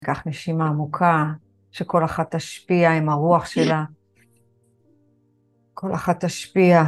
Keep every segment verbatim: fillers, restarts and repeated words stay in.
קח נשימה עמוקה, שכל אחת תשפיע עם הרוח שלה. כל אחת תשפיע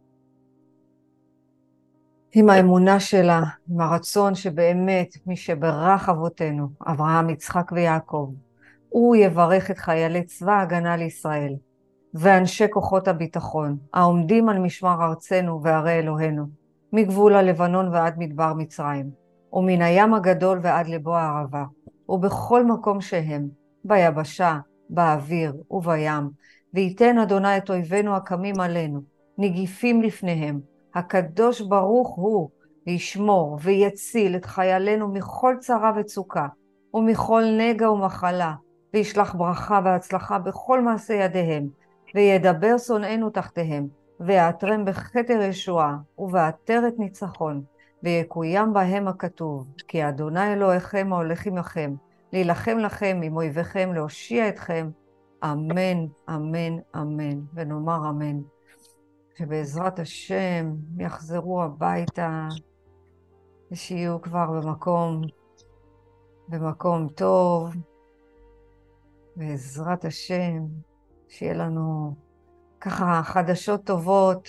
עם האמונה שלה, עם הרצון שבאמת מי שברך אבותינו, אברהם, יצחק ויעקב, הוא יברך את חיילי צבא ההגנה לישראל, ואנשי כוחות הביטחון, העומדים על משמר ארצנו וערי אלוהינו, מגבול הלבנון ועד מדבר מצרים, ומן הים הגדול ועד לבוא הערבה, ובכל מקום שהם, ביבשה, באוויר ובים, וייתן אדוני את אויבינו הקמים עלינו, נגיפים לפניהם, הקדוש ברוך הוא, וישמור ויציל את חיילינו מכל צרה וצוקה, ומכל נגע ומחלה, וישלח ברכה והצלחה בכל מעשה ידיהם, וידבר שונאינו תחתיהם, ויעטרם בכתר ישועה, ובעטרת ניצחון, ויקוים בהם הכתוב, כי אדוני אלוהיכם ההולך עמכם, להילחם לכם עם אויביכם, להושיע אתכם, אמן, אמן, אמן, ונאמר אמן. שבעזרת השם יחזרו הביתה, ושיהיו כבר במקום, במקום טוב, בעזרת השם, שיהיה לנו ככה חדשות טובות,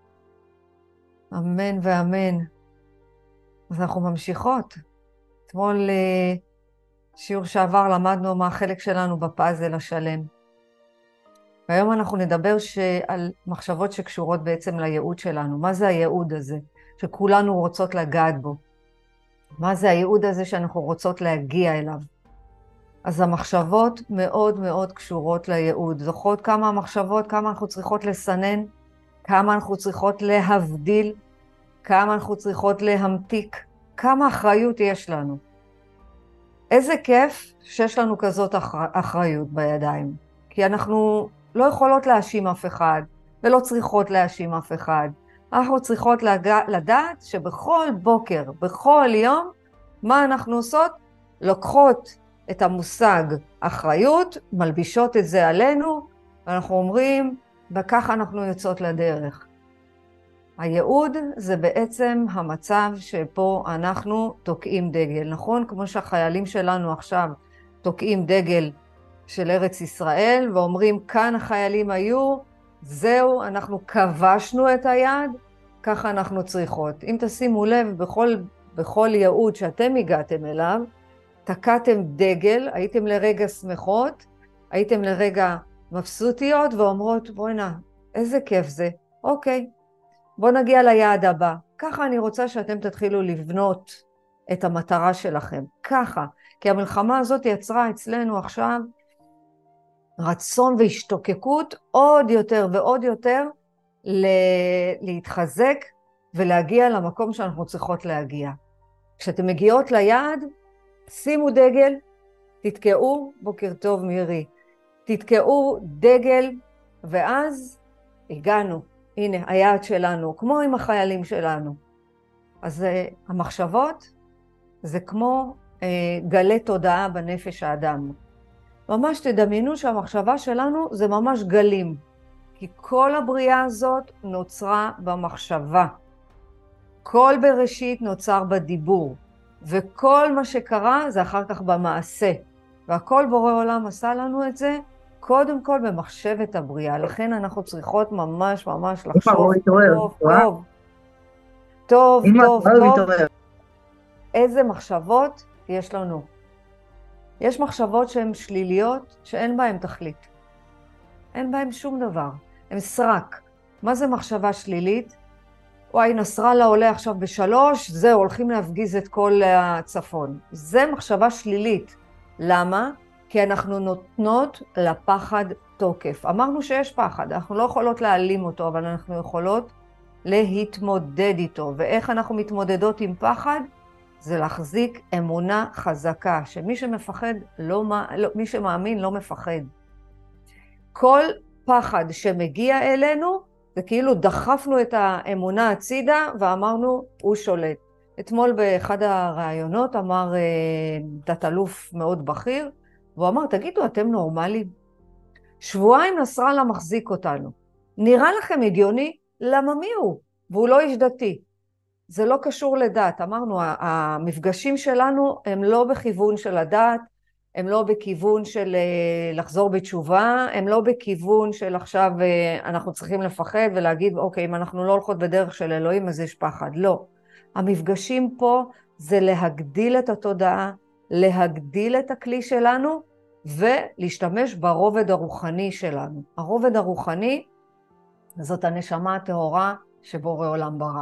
אמן ואמן. אז אנחנו ממשיכות. אתמול שיעור שעבר למדנו מה החלק שלנו בפאזל השלם. והיום אנחנו נדבר על מחשבות שקשורות בעצם לייעוד שלנו. מה זה הייעוד הזה שכולנו רוצות לגעת בו? מה זה הייעוד הזה שאנחנו רוצות להגיע אליו? אז המחשבות מאוד מאוד קשורות לייעוד. זוכרות כמה המחשבות, כמה אנחנו צריכות לסנן, כמה אנחנו צריכות להבדיל, כמה אנחנו צריכות להמתיק, כמה אחריות יש לנו. איזה כיף שיש לנו כזאת אחריות בידיים, כי אנחנו לא יכולות להאשים אף אחד, ולא צריכות להאשים אף אחד. אנחנו צריכות לדעת שבכל בוקר, בכל יום, מה אנחנו עושות? לוקחות את המושג אחריות, מלבישות את זה עלינו, ואנחנו אומרים, וככה אנחנו יוצאות לדרך. הייעוד זה בעצם המצב שפה אנחנו תוקעים דגל, נכון? כמו שהחיילים שלנו עכשיו תוקעים דגל של ארץ ישראל, ואומרים, כאן החיילים היו, זהו, אנחנו כבשנו את היד, ככה אנחנו צריכות. אם תשימו לב, בכל, בכל ייעוד שאתם הגעתם אליו, תקעתם דגל, הייתם לרגע שמחות, הייתם לרגע מבסוטיות, ואומרות, בואי נע, איזה כיף זה, אוקיי. בואו נגיע ליעד הבא. ככה אני רוצה שאתם תתחילו לבנות את המטרה שלכם. ככה. כי המלחמה הזאת יצרה אצלנו עכשיו רצון והשתוקקות עוד יותר ועוד יותר להתחזק ולהגיע למקום שאנחנו צריכות להגיע. כשאתם מגיעות ליעד, שימו דגל, תתקעו, בוקר טוב מירי, תתקעו דגל, ואז הגענו. הנה, היעד שלנו, כמו עם החיילים שלנו. אז uh, המחשבות זה כמו uh, גלי תודעה בנפש האדם. ממש תדמיינו שהמחשבה שלנו זה ממש גלים. כי כל הבריאה הזאת נוצרה במחשבה. כל בראשית נוצר בדיבור. וכל מה שקרה זה אחר כך במעשה. והכל בורא עולם עשה לנו את זה, קודם כל במחשבת הבריאה, לכן אנחנו צריכות ממש ממש לחשוב טוב, טוב, טוב, טוב, טוב, איזה מחשבות יש לנו. יש מחשבות שהן שליליות, שאין בהן תכלית. אין בהן שום דבר, הן סרק. מה זה מחשבה שלילית? וואי, נסראללה עולה עכשיו בשלוש, זהו, הולכים להפגיז את כל הצפון. זה מחשבה שלילית. למה? כי אנחנו נותנות לפחד תוקף. אמרנו שיש פחד, אנחנו לא יכולות להעלים אותו, אבל אנחנו יכולות להתמודד איתו. ואיך אנחנו מתמודדות עם פחד? זה להחזיק אמונה חזקה, שמי שמפחד, לא, לא, מי שמאמין לא מפחד. כל פחד שמגיע אלינו, זה כאילו דחפנו את האמונה הצידה ואמרנו, הוא שולט. אתמול באחד הראיונות אמר תת-אלוף מאוד בכיר, והוא אמר, תגידו, אתם נורמלים? שבועיים נסראללה מחזיק אותנו. נראה לכם הגיוני? למה מי הוא? והוא לא איש דתי. זה לא קשור לדת. אמרנו, המפגשים שלנו הם לא בכיוון של הדת, הם לא בכיוון של לחזור בתשובה, הם לא בכיוון של עכשיו אנחנו צריכים לפחד ולהגיד, אוקיי, אם אנחנו לא הולכות בדרך של אלוהים, אז יש פחד. לא. המפגשים פה זה להגדיל את התודעה, להגדיל את הכלי שלנו, ולהשתמש ברובד הרוחני שלנו. הרובד הרוחני זאת הנשמה הטהורה שבורא עולם ברא.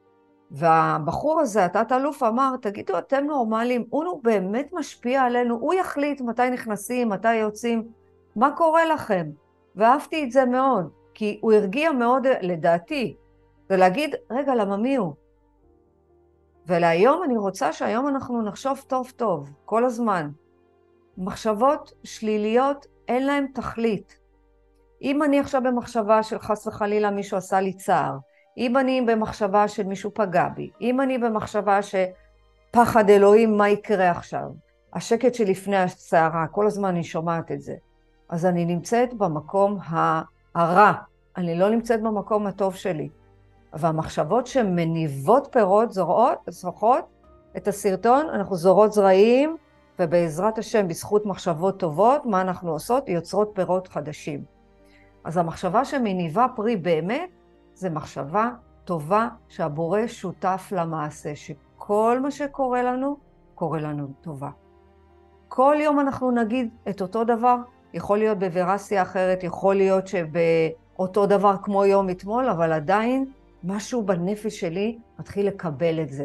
והבחור הזה, התת-אלוף, אמר, תגידו, אתם נורמלים, הוא באמת משפיע עלינו, הוא יחליט מתי נכנסים, מתי יוצאים, מה קורה לכם? ואהבתי את זה מאוד, כי הוא הרגיע מאוד, לדעתי, ולהגיד, רגע, למה מי הוא? ולהיום אני רוצה שהיום אנחנו נחשוב טוב טוב, כל הזמן. מחשבות שליליות אין להן תכלית. אם אני עכשיו במחשבה של חס וחלילה מישהו עשה לי צער, אם אני במחשבה של מישהו פגע בי, אם אני במחשבה שפחד אלוהים מה יקרה עכשיו, השקט שלפני הסערה, כל הזמן אני שומעת את זה, אז אני נמצאת במקום הרע, אני לא נמצאת במקום הטוב שלי. והמחשבות שמניבות פירות זורעות, זוכות את הסרטון, אנחנו זורות זרעים, ובעזרת השם, בזכות מחשבות טובות, מה אנחנו עושות? יוצרות פירות חדשים. אז המחשבה שמניבה פרי באמת, זה מחשבה טובה שהבורא שותף למעשה, שכל מה שקורה לנו, קורה לנו טובה. כל יום אנחנו נגיד את אותו דבר, יכול להיות בוורסיה אחרת, יכול להיות שבאותו דבר כמו יום אתמול, אבל עדיין משהו בנפש שלי מתחיל לקבל את זה.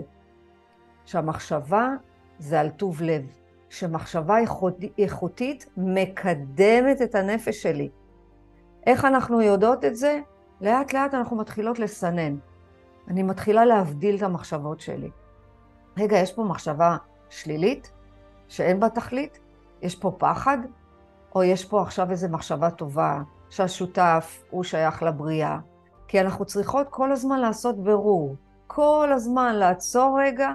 שהמחשבה זה על טוב לב, שמחשבה איכותית מקדמת את הנפש שלי. איך אנחנו יודעות את זה? לאט לאט אנחנו מתחילות לסנן. אני מתחילה להבדיל את המחשבות שלי. רגע, יש פה מחשבה שלילית, שאין בה תכלית? יש פה פחד? או יש פה עכשיו איזו מחשבה טובה, שהשותף הוא שייך לבריאה? כי אנחנו צריכות כל הזמן לעשות ברור. כל הזמן לעצור רגע,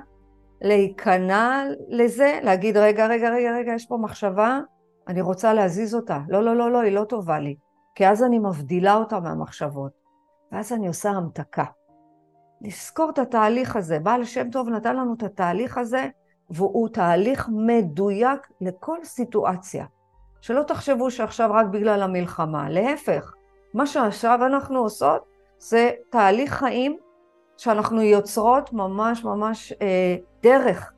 להיכנע לזה, להגיד רגע, רגע, רגע, רגע, יש פה מחשבה, אני רוצה להזיז אותה. לא, לא, לא, לא, היא לא טובה לי. כי אז אני מבדילה אותה מהמחשבות. ואז אני עושה המתקה. לזכור את התהליך הזה. בעל שם טוב נתן לנו את התהליך הזה, והוא תהליך מדויק לכל סיטואציה. שלא תחשבו שעכשיו רק בגלל המלחמה. להפך, מה שעכשיו אנחנו עושות, זה תהליך חיים שאנחנו יוצרות ממש ממש אה, דרך.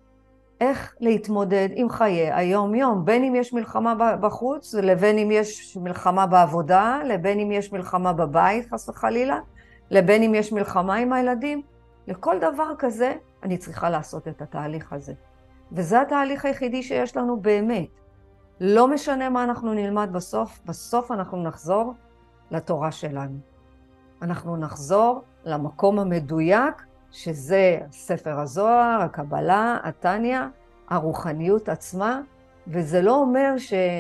איך להתמודד עם חיי היום-יום, בין אם יש מלחמה בחוץ, לבין אם יש מלחמה בעבודה, לבין אם יש מלחמה בבית, חס וחלילה, לבין אם יש מלחמה עם הילדים. לכל דבר כזה אני צריכה לעשות את התהליך הזה. וזה התהליך היחידי שיש לנו באמת. לא משנה מה אנחנו נלמד בסוף, בסוף אנחנו נחזור לתורה שלנו. אנחנו נחזור למקום המדויק, שזה ספר הזוהר, הקבלה, התניה, הרוחניות עצמה, וזה לא אומר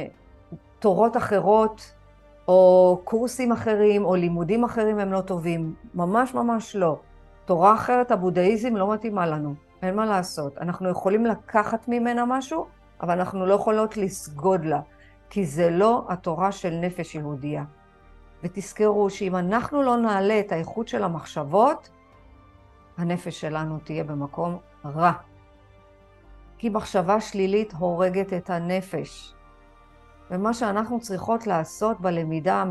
שתורות אחרות או קורסים אחרים או לימודים אחרים הם לא טובים, ממש ממש לא. תורה אחרת, הבודהיזם, לא מתאימה לנו, אין מה לעשות. אנחנו יכולים לקחת ממנה משהו, אבל אנחנו לא יכולות לסגוד לה, כי זה לא התורה של נפש יהודיה. ותזכרו שאם אנחנו לא נעלה את האיכות של המחשבות, הנפש שלנו תהיה במקום רע. כי מחשבה שלילית הורגת את הנפש. ומה שאנחנו צריכות לעשות בלמידה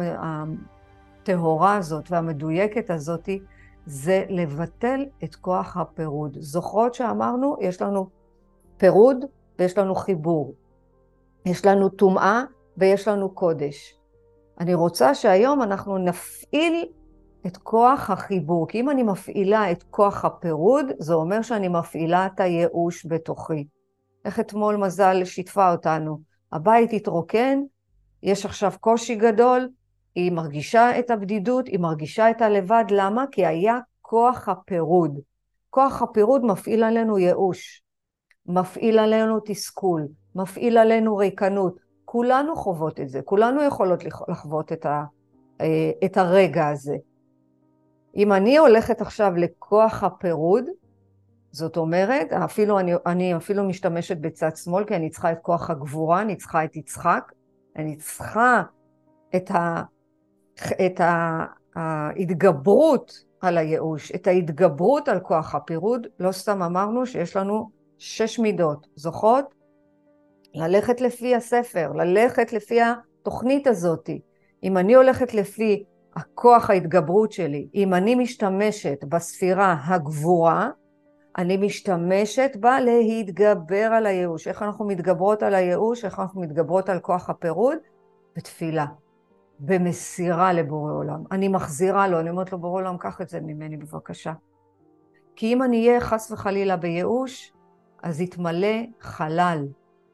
הטהורה הזאת והמדויקת הזאת, זה לבטל את כוח הפירוד. זוכרות שאמרנו, יש לנו פירוד ויש לנו חיבור. יש לנו טומאה ויש לנו קודש. אני רוצה שהיום אנחנו נפעיל את כוח החיבור, כי אם אני מפעילה את כוח הפירוד, זה אומר שאני מפעילה את הייאוש בתוכי. איך אתמול מזל שיתפה אותנו, הבית התרוקן, יש עכשיו קושי גדול, היא מרגישה את הבדידות, היא מרגישה את הלבד, למה? כי היה כוח הפירוד. כוח הפירוד מפעיל עלינו ייאוש, מפעיל עלינו תסכול, מפעיל עלינו ריקנות, כולנו חוות את זה, כולנו יכולות לחוות את, ה, את הרגע הזה. אם אני הולכת עכשיו לכוח הפירוד, זאת אומרת, אפילו אני, אני אפילו משתמשת בצד שמאל, כי אני צריכה את כוח הגבורה, אני צריכה את יצחק, אני צריכה את, ה, את ה, ההתגברות על הייאוש, את ההתגברות על כוח הפירוד. לא סתם אמרנו שיש לנו שש מידות, זוכות? ללכת לפי הספר, ללכת לפי התוכנית הזאת. אם אני הולכת לפי הכוח ההתגברות שלי, אם אני משתמשת בספירה הגבורה, אני משתמשת בה להתגבר על הייאוש. איך אנחנו מתגברות על הייאוש? איך אנחנו מתגברות על כוח הפירוד? בתפילה, במסירה לבורא עולם. אני מחזירה לו, אני אומרת לו, בורא עולם, קח את זה ממני בבקשה. כי אם אני אהיה חס וחלילה בייאוש, אז יתמלא חלל.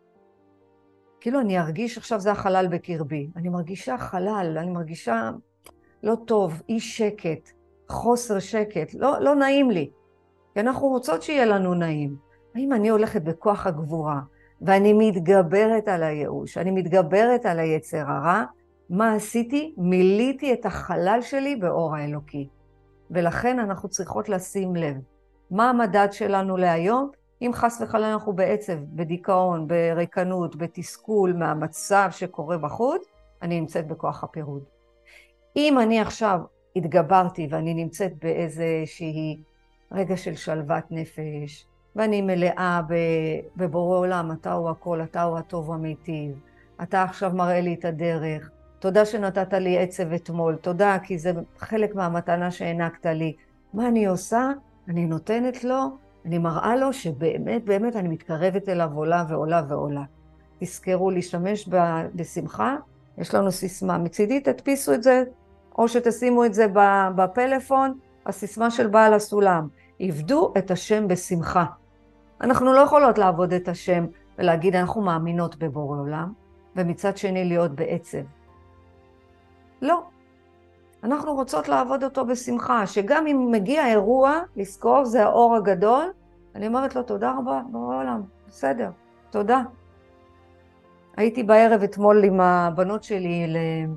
כאילו אני ארגיש עכשיו זה החלל בקרבי. אני מרגישה חלל, אני מרגישה לא טוב, אי שקט, חוסר שקט, לא, לא נעים לי. כי אנחנו רוצות שיהיה לנו נעים. האם אני הולכת בכוח הגבורה, ואני מתגברת על הייאוש, אני מתגברת על היצר הרע, מה עשיתי? מיליתי את החלל שלי באור האלוקי. ולכן אנחנו צריכות לשים לב. מה המדד שלנו להיום? אם חס וחלילה אנחנו בעצב, בדיכאון, בריקנות, בתסכול, מהמצב שקורה בחוץ, אני נמצאת בכוח הפירוד. אם אני עכשיו התגברתי ואני נמצאת באיזושהי רגע של שלוות נפש, ואני מלאה בבורא עולם, אתה הוא הכל, אתה הוא הטוב והמיטיב, אתה עכשיו מראה לי את הדרך, תודה שנתת לי עצב אתמול, תודה כי זה חלק מהמתנה שהענקת לי. מה אני עושה? אני נותנת לו, אני מראה לו שבאמת, באמת אני מתקרבת אליו עולה ועולה ועולה. תזכרו להשתמש בשמחה, יש לנו סיסמה, מצידי תדפיסו את זה, או שתשימו את זה בפלאפון, הסיסמה של בעל הסולם, עבדו את השם בשמחה. אנחנו לא יכולות לעבוד את השם ולהגיד אנחנו מאמינות בבורא עולם, ומצד שני להיות בעצב. לא. אנחנו רוצות לעבוד אותו בשמחה, שגם אם מגיע אירוע, לזכור, זה האור הגדול, אני אומרת לו תודה רבה בורא עולם, בסדר, תודה. הייתי בערב אתמול עם הבנות שלי,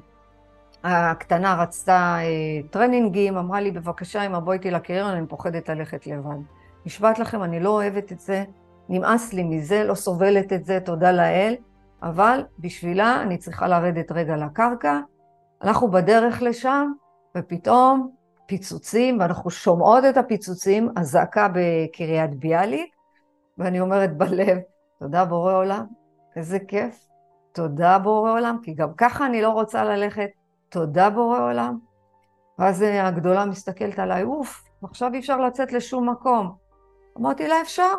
הקטנה רצתה טרנינגים, אמרה לי בבקשה אמא בואי איתי לקריון, אני פוחדת ללכת לבד. נשבעת לכם, אני לא אוהבת את זה, נמאס לי מזה, לא סובלת את זה, תודה לאל, אבל בשבילה אני צריכה לרדת רגע לקרקע, אנחנו בדרך לשם, ופתאום פיצוצים, ואנחנו שומעות את הפיצוצים, הזעקה בקריית ביאליק, ואני אומרת בלב, תודה בורא עולם, איזה כיף, תודה בורא עולם, כי גם ככה אני לא רוצה ללכת, תודה בורא עולם. ואז הגדולה מסתכלת עליי, אוף, עכשיו אי אפשר לצאת לשום מקום. אמרתי לה, אפשר?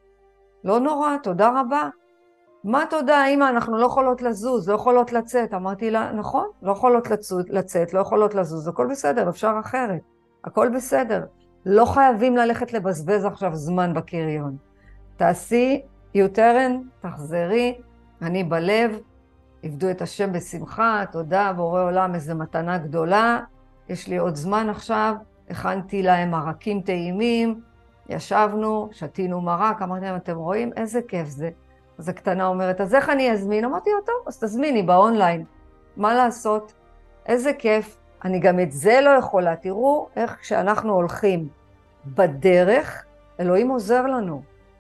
לא נורא, תודה רבה. מה תודה, אמא, אנחנו לא יכולות לזוז, לא יכולות לצאת. אמרתי לה, נכון, לא יכולות לצאת, לא יכולות לזוז, הכל בסדר, אפשר אחרת. הכל בסדר. לא חייבים ללכת לבזבז עכשיו זמן בקריון. תעשי, יוטרן, תחזרי, אני בלב, עבדו את השם בשמחה, תודה, בורא עולם, איזו מתנה גדולה. יש לי עוד זמן עכשיו, הכנתי להם מרקים טעימים, ישבנו, שתינו מרק, אמרתי להם, אתם רואים איזה כיף זה. אז הקטנה אומרת, אז איך אני אזמין? אמרתי לה, טוב, אז תזמיני באונליין. מה לעשות? איזה כיף. אני גם את זה לא יכולה. תראו איך כשאנחנו הולכים בדרך, אלוהים עוזר לנו.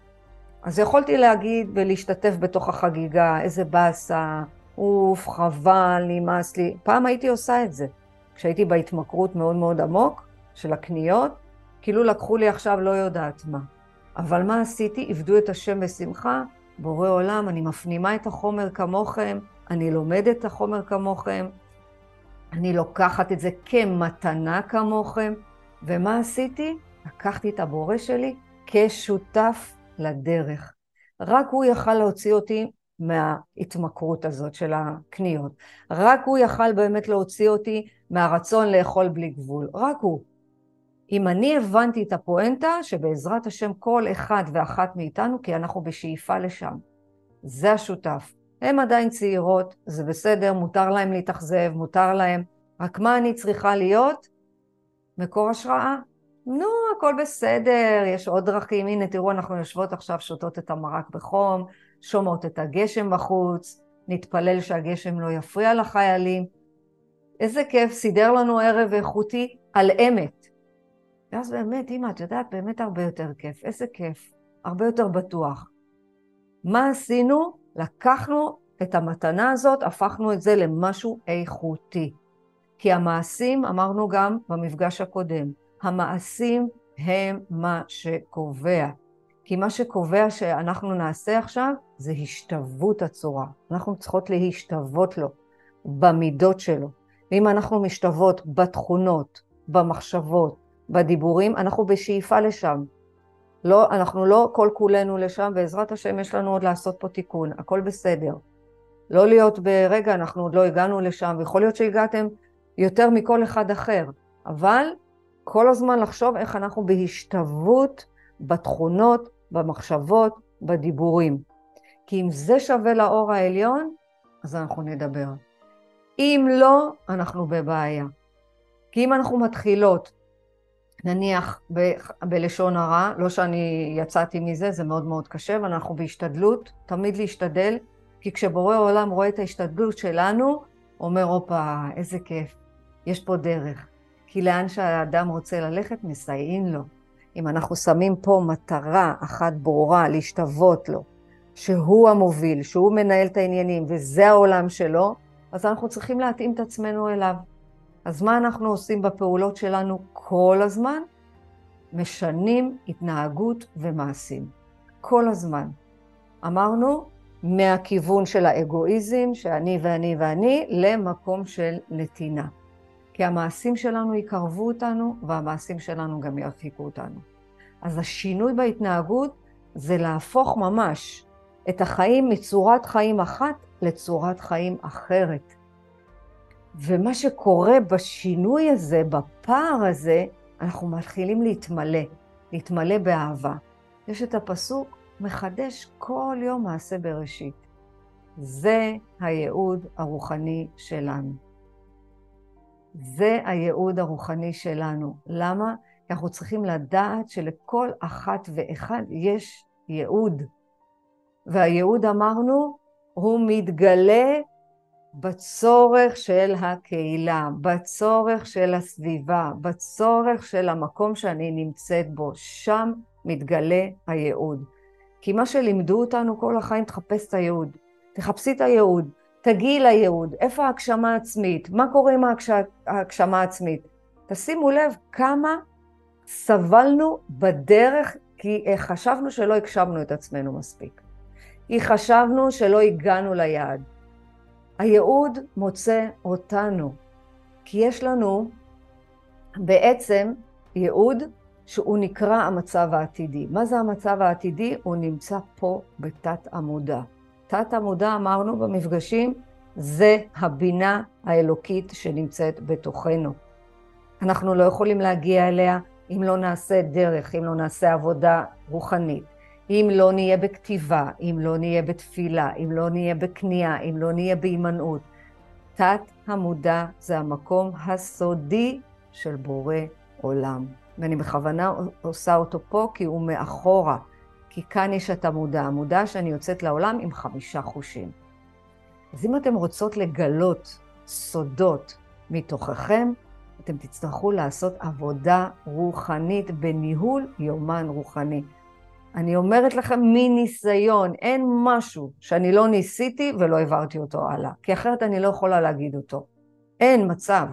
אז יכולתי להגיד ולהשתתף בתוך החגיגה, איזה באסה, אוף, חבל, נמאס לי. פעם הייתי עושה את זה. כשהייתי בהתמכרות מאוד מאוד עמוק של הקניות, כאילו לקחו לי עכשיו לא יודעת מה. אבל מה עשיתי? עבדו את השם בשמחה, בורא עולם, אני מפנימה את החומר כמוכם, אני לומדת את החומר כמוכם, אני לוקחת את זה כמתנה כמוכם, ומה עשיתי? לקחתי את הבורא שלי כשותף לדרך. רק הוא יכל להוציא אותי מההתמכרות הזאת של הקניות. רק הוא יכל באמת להוציא אותי מהרצון לאכול בלי גבול. רק הוא. אם אני הבנתי את הפואנטה, שבעזרת השם כל אחד ואחת מאיתנו, כי אנחנו בשאיפה לשם. זה השותף. הם עדיין צעירות, זה בסדר, מותר להם להתאכזב, מותר להם. רק מה אני צריכה להיות? מקור השראה. נו, הכל בסדר, יש עוד דרכים. הנה, תראו, אנחנו יושבות עכשיו, שותות את המרק בחום, שומעות את הגשם בחוץ, נתפלל שהגשם לא יפריע לחיילים. איזה כיף, סידר לנו ערב איכותי על אמת. ואז באמת, אמא, את יודעת, באמת הרבה יותר כיף. איזה כיף, הרבה יותר בטוח. מה עשינו? לקחנו את המתנה הזאת, הפכנו את זה למשהו איכותי. כי המעשים, אמרנו גם במפגש הקודם, המעשים הם מה שקובע. כי מה שקובע שאנחנו נעשה עכשיו זה השתוות הצורה. אנחנו צריכות להשתוות לו במידות שלו. ואם אנחנו משתוות בתכונות, במחשבות, בדיבורים, אנחנו בשאיפה לשם. לא, אנחנו לא כל כולנו לשם, בעזרת השם יש לנו עוד לעשות פה תיקון, הכל בסדר. לא להיות ברגע, אנחנו עוד לא הגענו לשם, ויכול להיות שהגעתם יותר מכל אחד אחר, אבל כל הזמן לחשוב איך אנחנו בהשתוות בתכונות, במחשבות, בדיבורים. כי אם זה שווה לאור העליון, אז אנחנו נדבר. אם לא, אנחנו בבעיה. כי אם אנחנו מתחילות, נניח ב- בלשון הרע, לא שאני יצאתי מזה, זה מאוד מאוד קשה, אבל אנחנו בהשתדלות, תמיד להשתדל, כי כשבורא העולם רואה את ההשתדלות שלנו, אומר, אופה, איזה כיף, יש פה דרך. כי לאן שהאדם רוצה ללכת, מסייעים לו. אם אנחנו שמים פה מטרה אחת ברורה, להשתוות לו, שהוא המוביל, שהוא מנהל את העניינים, וזה העולם שלו, אז אנחנו צריכים להתאים את עצמנו אליו. אז מה אנחנו עושים בפעולות שלנו כל הזמן? משנים התנהגות ומעשים. כל הזמן. אמרנו, מהכיוון של האגואיזם, שאני ואני ואני, למקום של נתינה. כי המעשים שלנו יקרבו אותנו, והמעשים שלנו גם ירחיקו אותנו. אז השינוי בהתנהגות זה להפוך ממש את החיים מצורת חיים אחת לצורת חיים אחרת. ומה שקורה בשינוי הזה, בפער הזה, אנחנו מתחילים להתמלא, להתמלא באהבה. יש את הפסוק, מחדש כל יום מעשה בראשית. זה הייעוד הרוחני שלנו. זה הייעוד הרוחני שלנו. למה? כי אנחנו צריכים לדעת שלכל אחת ואחד יש ייעוד. והייעוד, אמרנו, הוא מתגלה בצורך של הקהילה, בצורך של הסביבה, בצורך של המקום שאני נמצאת בו. שם מתגלה הייעוד. כי מה שלימדו אותנו כל החיים, תחפש את הייעוד. תחפשי את הייעוד. תגיעי לייעוד. איפה ההגשמה העצמית? מה קורה עם ההגשמה העצמית? תשימו לב כמה סבלנו בדרך, כי חשבנו שלא הגשמנו את עצמנו מספיק. כי חשבנו שלא הגענו ליעד. הייעוד מוצא אותנו, כי יש לנו בעצם ייעוד שהוא נקרא המצב העתידי. מה זה המצב העתידי? הוא נמצא פה בתת עמודה. תת עמודה, אמרנו במפגשים, זה הבינה האלוקית שנמצאת בתוכנו. אנחנו לא יכולים להגיע אליה אם לא נעשה דרך, אם לא נעשה עבודה רוחנית. אם לא נהיה בכתיבה, אם לא נהיה בתפילה, אם לא נהיה בקנייה, אם לא נהיה בהימנעות. תת המודע זה המקום הסודי של בורא עולם. ואני בכוונה עושה אותו פה כי הוא מאחורה. כי כאן יש את המודע. המודע שאני יוצאת לעולם עם חמישה חושים. אז אם אתם רוצות לגלות סודות מתוככם, אתם תצטרכו לעשות עבודה רוחנית בניהול יומן רוחני. אני אומרת לכם מניסיון, אין משהו שאני לא ניסיתי ולא העברתי אותו הלאה, כי אחרת אני לא יכולה להגיד אותו. אין מצב.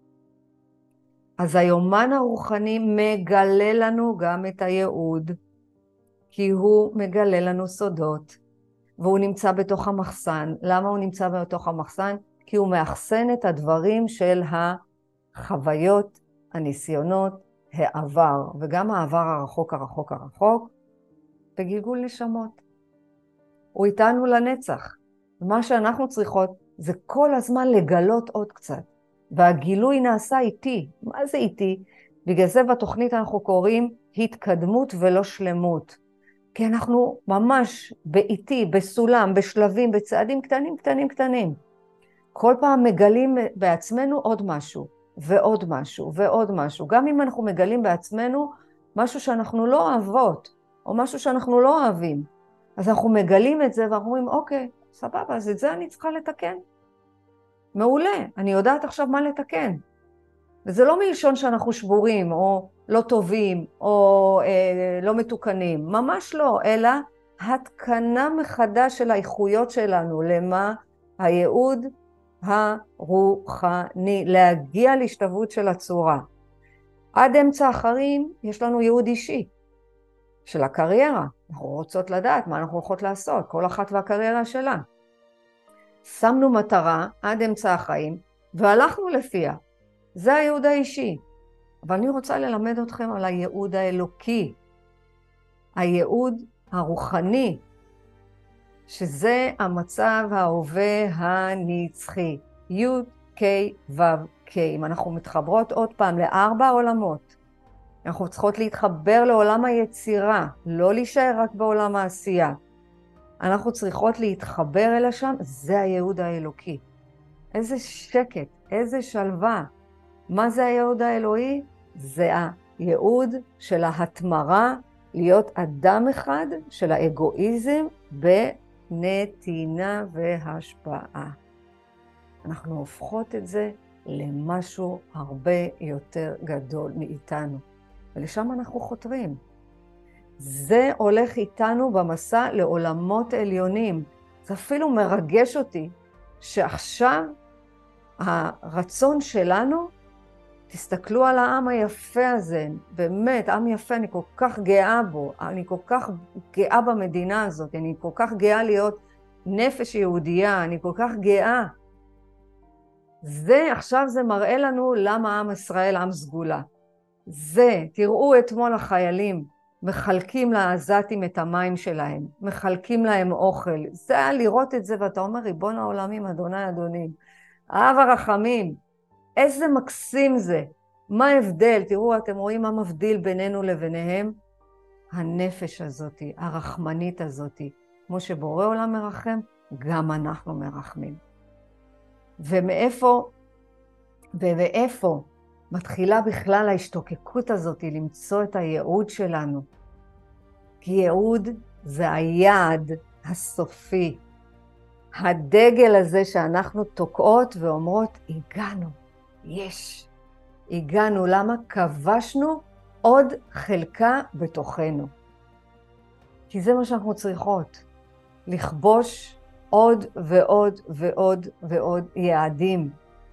אז היומן הרוחני מגלה לנו גם את הייעוד, כי הוא מגלה לנו סודות, והוא נמצא בתוך המחסן. למה הוא נמצא בתוך המחסן? כי הוא מאחסן את הדברים של החוויות, הניסיונות, העבר, וגם העבר הרחוק הרחוק הרחוק, בגלגול נשמות. הוא איתנו לנצח. ומה שאנחנו צריכות זה כל הזמן לגלות עוד קצת. והגילוי נעשה איתי. מה זה איתי? בגלל זה בתוכנית אנחנו קוראים התקדמות ולא שלמות. כי אנחנו ממש באיתי, בסולם, בשלבים, בצעדים קטנים, קטנים, קטנים. כל פעם מגלים בעצמנו עוד משהו, ועוד משהו, ועוד משהו. גם אם אנחנו מגלים בעצמנו משהו שאנחנו לא אוהבות, או משהו שאנחנו לא אוהבים, אז אנחנו מגלים את זה ואנחנו אומרים, אוקיי, סבבה, אז את זה אני צריכה לתקן. מעולה, אני יודעת עכשיו מה לתקן. וזה לא מלשון שאנחנו שבורים, או לא טובים, או אה, לא מתוקנים, ממש לא, אלא התקנה מחדש של האיכויות שלנו, למה הייעוד הרוחני, להגיע להשתוות של הצורה. עד אמצע החיים יש לנו ייעוד אישי. של הקריירה. אנחנו רוצות לדעת מה אנחנו הולכות לעשות, כל אחת והקריירה שלה. שמנו מטרה עד אמצע החיים, והלכנו לפיה. זה הייעוד האישי. אבל אני רוצה ללמד אתכם על הייעוד האלוקי, הייעוד הרוחני, שזה המצב ההווה הנצחי, י' ק' ו' ק'. אם אנחנו מתחברות עוד פעם לארבע עולמות, אנחנו צריכות להתחבר לעולם היצירה, לא להישאר רק בעולם העשייה. אנחנו צריכות להתחבר אל השם, זה הייעוד האלוקי. איזה שקט, איזה שלווה. מה זה הייעוד האלוהי? זה הייעוד של ההתמרה, להיות אדם אחד של האגואיזם בנתינה והשפעה. אנחנו הופכות את זה למשהו הרבה יותר גדול מאיתנו. ולשם אנחנו חותרים. זה הולך איתנו במסע לעולמות עליונים. זה אפילו מרגש אותי שעכשיו הרצון שלנו, תסתכלו על העם היפה הזה, באמת, עם יפה, אני כל כך גאה בו, אני כל כך גאה במדינה הזאת, אני כל כך גאה להיות נפש יהודייה, אני כל כך גאה. זה, עכשיו זה מראה לנו למה עם ישראל עם סגולה. זה, תראו אתמול החיילים, מחלקים לעזתים את המים שלהם, מחלקים להם אוכל. זה היה לראות את זה, ואתה אומר, ריבון העולמים, אדוני אדונים, אב הרחמים, איזה מקסים זה. מה ההבדל? תראו, אתם רואים מה מבדיל בינינו לביניהם? הנפש הזאת, הרחמנית הזאת. כמו שבורא עולם מרחם, גם אנחנו מרחמים. ומאיפה, ומאיפה מתחילה בכלל ההשתוקקות הזאת למצוא את הייעוד שלנו? כי ייעוד זה היעד הסופי. הדגל הזה שאנחנו תוקעות ואומרות, הגענו, יש. הגענו, למה? כבשנו עוד חלקה בתוכנו. כי זה מה שאנחנו צריכות. לכבוש עוד ועוד ועוד ועוד יעדים.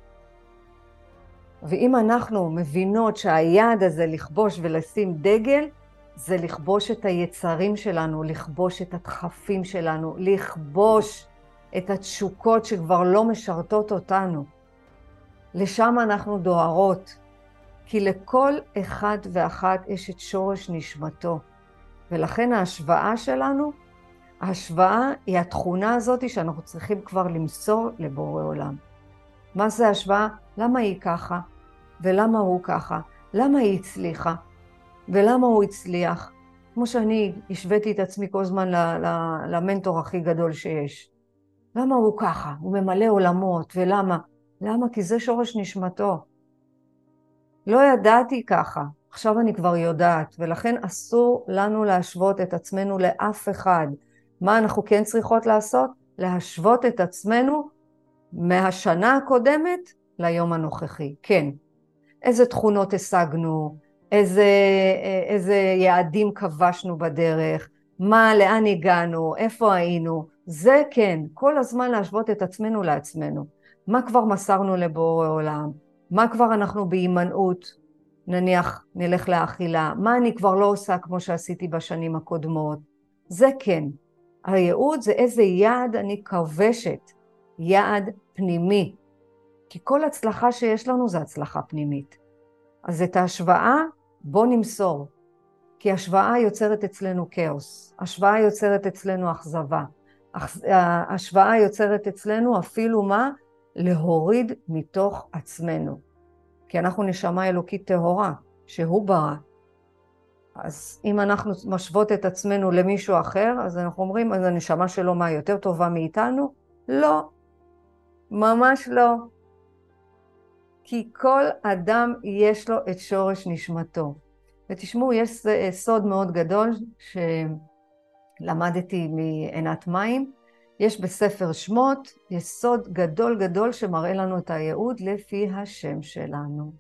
ואם אנחנו מבינות שהיעד הזה לכבוש ולשים דגל, זה לכבוש את היצרים שלנו, לכבוש את הדחפים שלנו, לכבוש את התשוקות שכבר לא משרתות אותנו. לשם אנחנו דוהרות, כי לכל אחד ואחת יש את שורש נשמתו. ולכן ההשוואה שלנו, ההשוואה היא התכונה הזאת שאנחנו צריכים כבר למסור לבורא עולם. מה זה השוואה? למה היא ככה? ולמה הוא ככה? למה היא הצליחה? ולמה הוא הצליח? כמו שאני השוויתי את עצמי כל הזמן למנטור הכי גדול שיש. למה הוא ככה? הוא ממלא עולמות, ולמה? למה? כי זה שורש נשמתו. לא ידעתי ככה, עכשיו אני כבר יודעת, ולכן אסור לנו להשוות את עצמנו לאף אחד. מה אנחנו כן צריכות לעשות? להשוות את עצמנו מהשנה הקודמת ליום הנוכחי. כן. איזה תכונות השגנו, איזה, איזה יעדים כבשנו בדרך, מה, לאן הגענו, איפה היינו. זה כן, כל הזמן להשוות את עצמנו לעצמנו. מה כבר מסרנו לבורא עולם? מה כבר אנחנו בהימנעות? נניח נלך לאכילה. מה אני כבר לא עושה כמו שעשיתי בשנים הקודמות? זה כן. הייעוד זה איזה יעד אני כבשת. יעד פנימי. כי כל הצלחה שיש לנו זה הצלחה פנימית. אז את ההשוואה בוא נמסור. כי השוואה יוצרת אצלנו כאוס. השוואה יוצרת אצלנו אכזבה. השוואה יוצרת אצלנו אפילו מה? להוריד מתוך עצמנו. כי אנחנו נשמה אלוקית טהורה, שהוא ברא. אז אם אנחנו משוות את עצמנו למישהו אחר, אז אנחנו אומרים, אז הנשמה שלו מה, יותר טובה מאיתנו? לא. ממש לא. כי כל אדם יש לו את שורש נשמתו. ותשמעו, יש סוד מאוד גדול שלמדתי מעינת מים. יש בספר שמות, יש סוד גדול גדול שמראה לנו את הייעוד לפי השם שלנו.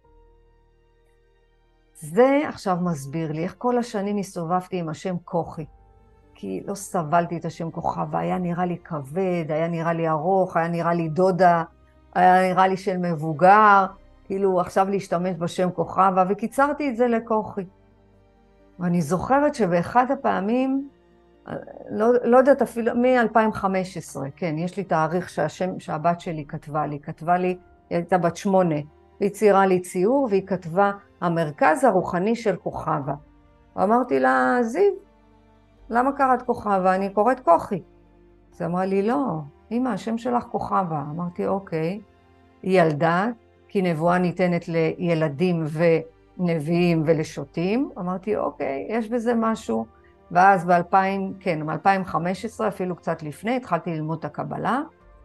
זה עכשיו מסביר לי איך כל השנים הסתובבתי עם השם כוחי. כי לא סבלתי את השם כוחה, והיה נראה לי כבד, היה נראה לי ארוך, היה נראה לי דודה, היה נראה לי של מבוגר, כאילו עכשיו להשתמש בשם כוכבה, וקיצרתי את זה לכוחי. ואני זוכרת שבאחד הפעמים, לא, לא יודעת אפילו, מ-אלפיים וחמש עשרה, כן, יש לי תאריך שהשם, שהבת שלי כתבה לי, כתבה לי, היא הייתה בת שמונה, והיא ציירה לי ציור, והיא כתבה, המרכז הרוחני של כוכבה. ואמרתי לה, זיו, למה קראת כוכבה? אני קוראת כוכי. אז אמרה לי, לא, אמא, השם שלך כוכבה. אמרתי, אוקיי. היא ילדה, כי נבואה ניתנת לילדים ונביאים ולשוטים. אמרתי, אוקיי, יש בזה משהו. ואז ב-אלפיים, כן, ב-אלפיים וחמש עשרה, אפילו קצת לפני, התחלתי ללמוד את הקבלה.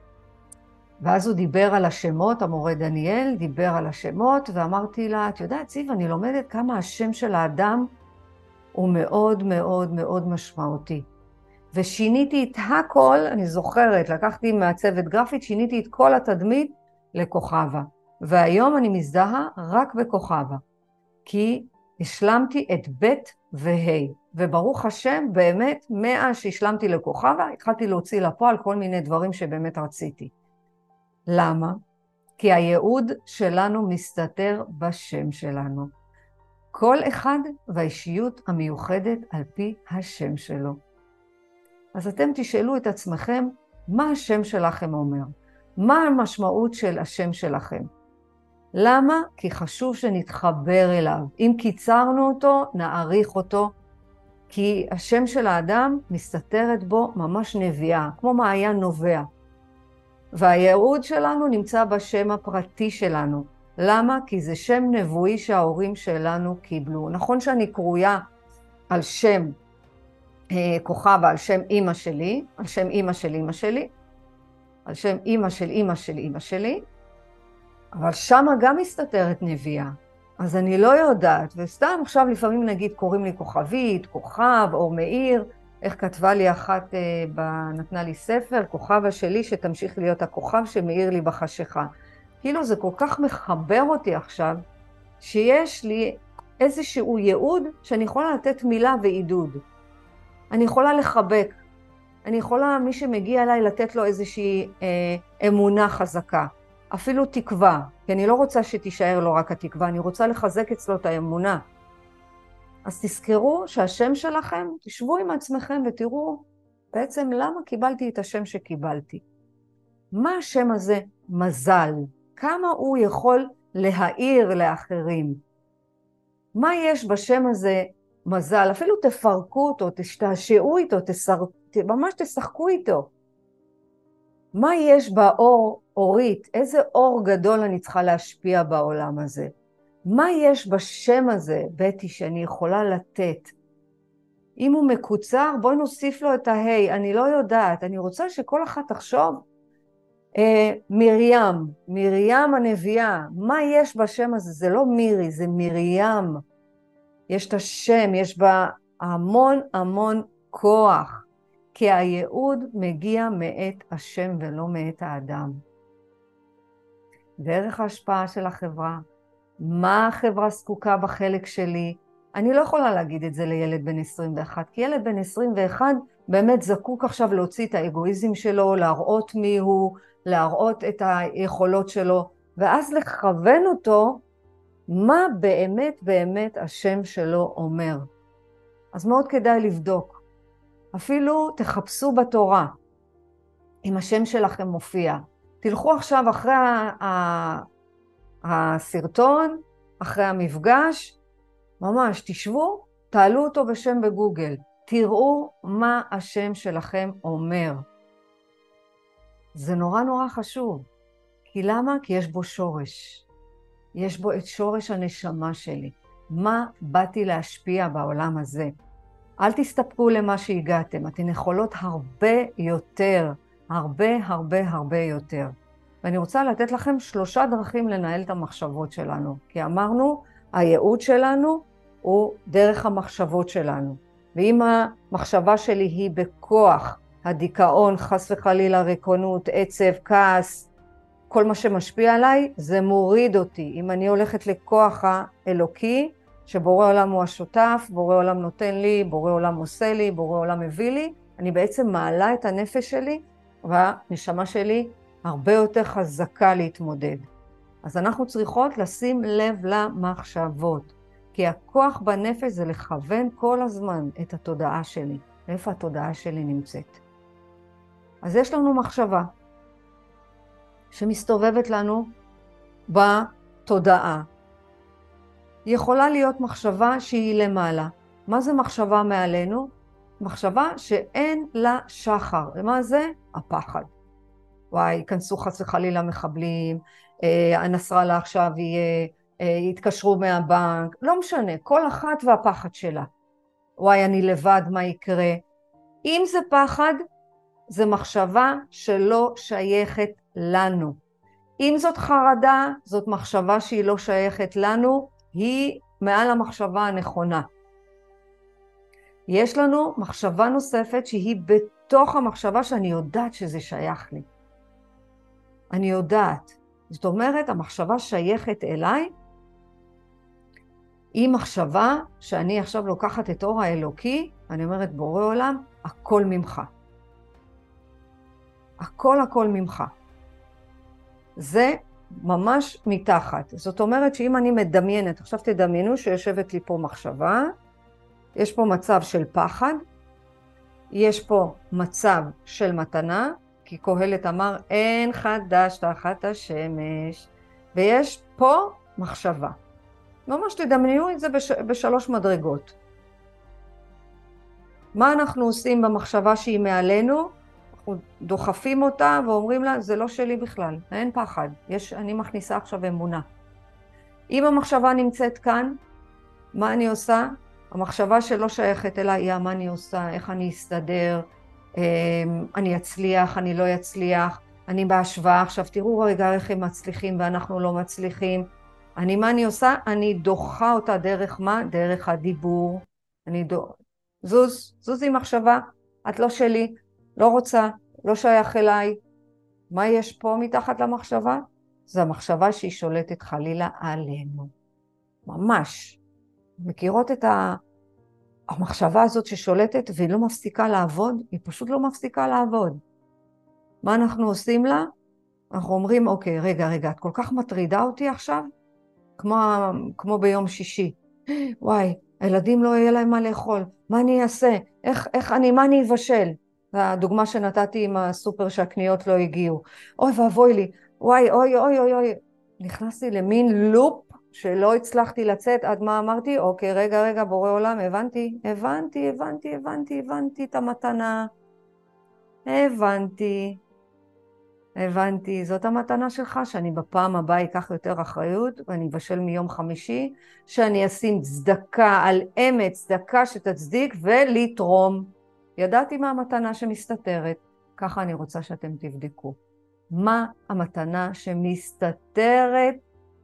ואז הוא דיבר על השמות, המורה דניאל דיבר על השמות, ואמרתי לה, את יודעת, ציב, אני לומדת כמה השם של האדם הוא מאוד מאוד מאוד משמעותי. ושיניתי את הכל, אני זוכרת, לקחתי מהצוות גרפית, שיניתי את כל התדמית לכוכבה. והיום אני מזדהה רק בכוכבה, כי השלמתי את ב' וה', וברוך השם, באמת, מאז שהשלמתי לכוכבה, התחלתי להוציא לפועל כל מיני דברים שבאמת רציתי. למה? כי הייעוד שלנו מסתתר בשם שלנו. כל אחד והאישיות המיוחדת על פי השם שלו. אז אתם תשאלו את עצמכם, מה השם שלכם אומר? מה המשמעות של השם שלכם? למה? כי חשוב שנתחבר אליו. אם קיצרנו אותו, נעריך אותו, כי השם של האדם מסתתרת בו ממש נביאה, כמו מעיין נובע. והייעוד שלנו נמצא בשם הפרטי שלנו. למה? כי זה שם נבואי שההורים שלנו קיבלו. נכון שאני קרויה על שם כוכבה, על שם אמא שלי, על שם אמא של אמא שלי, על שם אמא של אמא של אמא שלי, אבל שמה גם מסתתרת נביאה. אז אני לא יודעת, וסתם עכשיו לפעמים נגיד קוראים לי כוכבית, כוכב, אור מאיר, איך כתבה לי אחת, נתנה לי ספר, כוכבה שלי שתמשיך להיות הכוכב שמאיר לי בחשיכה. כאילו זה כל כך מחבר אותי עכשיו, שיש לי איזשהו ייעוד שאני יכולה לתת מילה ועידוד. אני יכולה לחבק, אני יכולה, מי שמגיע אליי, לתת לו איזושהי אה, אמונה חזקה, אפילו תקווה, כי אני לא רוצה שתישאר לו רק התקווה, אני רוצה לחזק אצלו את האמונה. אז תזכרו שהשם שלכם, תשבו עם עצמכם ותראו בעצם למה קיבלתי את השם שקיבלתי. מה השם הזה מזל? כמה הוא יכול להאיר לאחרים? מה יש בשם הזה מזל? אפילו תפרקו אותו, תשתעשעו איתו, תשר... ממש תשחקו איתו. מה יש באור אורית? איזה אור גדול אני צריכה להשפיע בעולם הזה? מה יש בשם הזה, בטי, שאני יכולה לתת? אם הוא מקוצר, בואי נוסיף לו את ההי. אני לא יודעת, אני רוצה שכל אחת תחשוב, אה, מרים, מרים הנביאה, מה יש בשם הזה? זה לא מירי, זה מרים. יש את השם, יש בה המון המון כוח, כי הייעוד מגיע מאת השם ולא מאת האדם. דרך ההשפעה של החברה, מה החברה זקוקה בחלק שלי? אני לא יכולה להגיד את זה לילד בן עשרים ואחת, כי ילד בן עשרים ואחת באמת זקוק עכשיו להוציא את האגואיזם שלו, להראות מי הוא, להראות את היכולות שלו, ואז לכוון אותו מה באמת באמת השם שלו אומר. אז מאוד כדאי לבדוק. אפילו תחפשו בתורה, אם השם שלכם מופיע. תלכו עכשיו אחרי הסרטון, אחרי המפגש, ממש תשבו, תעלו אותו בשם בגוגל. תראו מה השם שלכם אומר. זה נורא נורא חשוב. כי למה? כי יש בו שורש. יש בו את שורש הנשמה שלי. מה באתי להשפיע בעולם הזה? אל תסתפקו למה שהגעתם. אתן יכולות הרבה יותר, הרבה הרבה הרבה יותר. ואני רוצה לתת לכם שלושה דרכים לנהל את המחשבות שלנו. כי אמרנו, הייעוד שלנו הוא דרך המחשבות שלנו. ואם המחשבה שלי היא בכוח, הדיכאון, חס וחלילה, ריקונות, עצב, כעס, כל מה שמשפיע עליי, זה מוריד אותי. אם אני הולכת לכוח האלוקי, שבורא עולם הוא השותף, בורא עולם נותן לי, בורא עולם עושה לי, בורא עולם מביא לי, אני בעצם מעלה את הנפש שלי, והנשמה שלי הרבה יותר חזקה להתמודד. אז אנחנו צריכות לשים לב למחשבות. כי הכוח בנפש זה לכוון כל הזמן את התודעה שלי. איפה התודעה שלי נמצאת? אז יש לנו מחשבה שמסתובבת לנו בתודעה. יכולה להיות מחשבה שהיא למעלה. מה זה מחשבה מעלינו? מחשבה שאין לה שחר. ומה זה? הפחד. וואי, ייכנסו חס וחלילה מחבלים, אה, הנסראללה עכשיו יהיה, אה, יתקשרו מהבנק, לא משנה, כל אחת והפחד שלה. וואי, אני לבד, מה יקרה? אם זה פחד, זה מחשבה שלא שייכת לנו. אם זאת חרדה, זאת מחשבה שהיא לא שייכת לנו, היא מעל המחשבה הנכונה. יש לנו מחשבה נוספת שהיא בתוך המחשבה שאני יודעת שזה שייך לי. אני יודעת. זאת אומרת, המחשבה שייכת אליי, היא מחשבה שאני עכשיו לוקחת את אור האלוקי, אני אומרת, בורא עולם, הכל ממך. הכל הכל ממך. זה ממש מתחת. זאת אומרת שאם אני מדמיינת, עכשיו תדמיינו שיושבת לי פה מחשבה, יש פה מצב של פחד, יש פה מצב של מתנה, כי קהלת אמר, אין חדש תחת השמש, ויש פה מחשבה. ממש תדמיינו את זה בש... בשלוש מדרגות. מה אנחנו עושים במחשבה שהיא מעלינו? אנחנו דוחפים אותה ואומרים לה, זה לא שלי בכלל, אין פחד, יש, אני מכניסה עכשיו אמונה. אם המחשבה נמצאת כאן, מה אני עושה? המחשבה שלא שייכת אליי, מה אני עושה, איך אני אסתדר, אני אצליח, אני לא אצליח, אני בהשוואה, עכשיו תראו רגע איך הם מצליחים ואנחנו לא מצליחים. אני, מה אני עושה? אני דוחה אותה דרך מה? דרך הדיבור. אני דו... זוז, זוז עם מחשבה, את לא שלי, לא רוצה, לא שייך אליי. מה יש פה מתחת למחשבה? זו המחשבה שהיא שולטת חלילה עלינו. ממש. מכירות את ה... המחשבה הזאת ששולטת והיא לא מפסיקה לעבוד? היא פשוט לא מפסיקה לעבוד. מה אנחנו עושים לה? אנחנו אומרים, אוקיי, רגע, רגע, את כל כך מטרידה אותי עכשיו? כמו, כמו ביום שישי. וואי, הילדים לא יהיה להם מה לאכול. מה אני אעשה? איך, איך אני, מה אני אבשל? הדוגמה שנתתי עם הסופר שהקניות לא הגיעו. אוי ואבוי לי. וואי, אוי, אוי, אוי, אוי. נכנסתי למין לופ שלא הצלחתי לצאת עד מה אמרתי? אוקיי, רגע, רגע, בורא עולם, הבנתי, הבנתי, הבנתי, הבנתי, הבנתי את המתנה. הבנתי. הבנתי, זאת המתנה שלך, שאני בפעם הבאה אקח יותר אחריות, ואני אבשל מיום חמישי, שאני אשים צדקה על אמת, צדקה שתצדיק ולתרום. ידעתי מה המתנה שמסתתרת, ככה אני רוצה שאתם תבדקו. מה המתנה שמסתתרת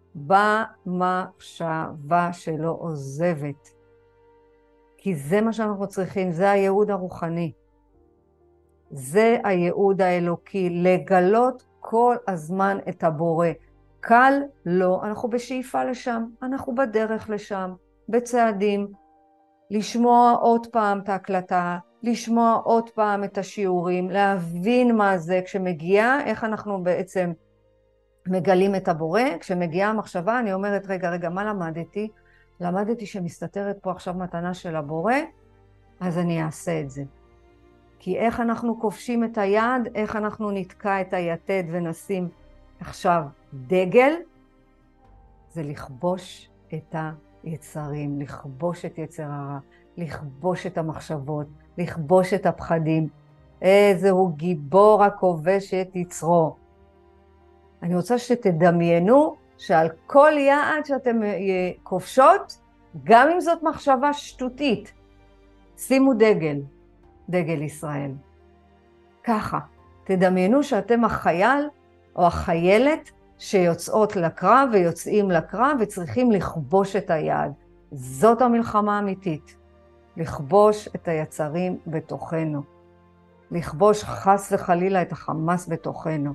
במחשבה שלא עוזבת? כי זה מה שאנחנו צריכים, זה הייעוד הרוחני. זה הייעוד האלוקי, לגלות כל הזמן את הבורא. קל לא, אנחנו בשאיפה לשם, אנחנו בדרך לשם, בצעדים. לשמוע עוד פעם את ההקלטה, לשמוע עוד פעם את השיעורים, להבין מה זה כשמגיעה, איך אנחנו בעצם מגלים את הבורא. כשמגיעה המחשבה אני אומרת, רגע, רגע, מה למדתי? למדתי שמסתתרת פה עכשיו מתנה של הבורא, אז אני אעשה את זה. כי איך אנחנו כובשים את היד, איך אנחנו נתקע את היתד ונשים עכשיו דגל, זה לכבוש את היצרים, לכבוש את יצר הרע, לכבוש את המחשבות, לכבוש את הפחדים. איזהו גיבור הכובש את יצרו. אני רוצה שתדמיינו שעל כל יעד שאתם כובשות, גם אם זאת מחשבה שטותית, שימו דגל. דגל ישראל. ככה, תדמיינו שאתם החייל או החיילת שיוצאות לקרב ויוצאים לקרב וצריכים לכבוש את היעד. זאת המלחמה האמיתית. לכבוש את היצרים בתוכנו. לכבוש חס וחלילה את החמאס בתוכנו.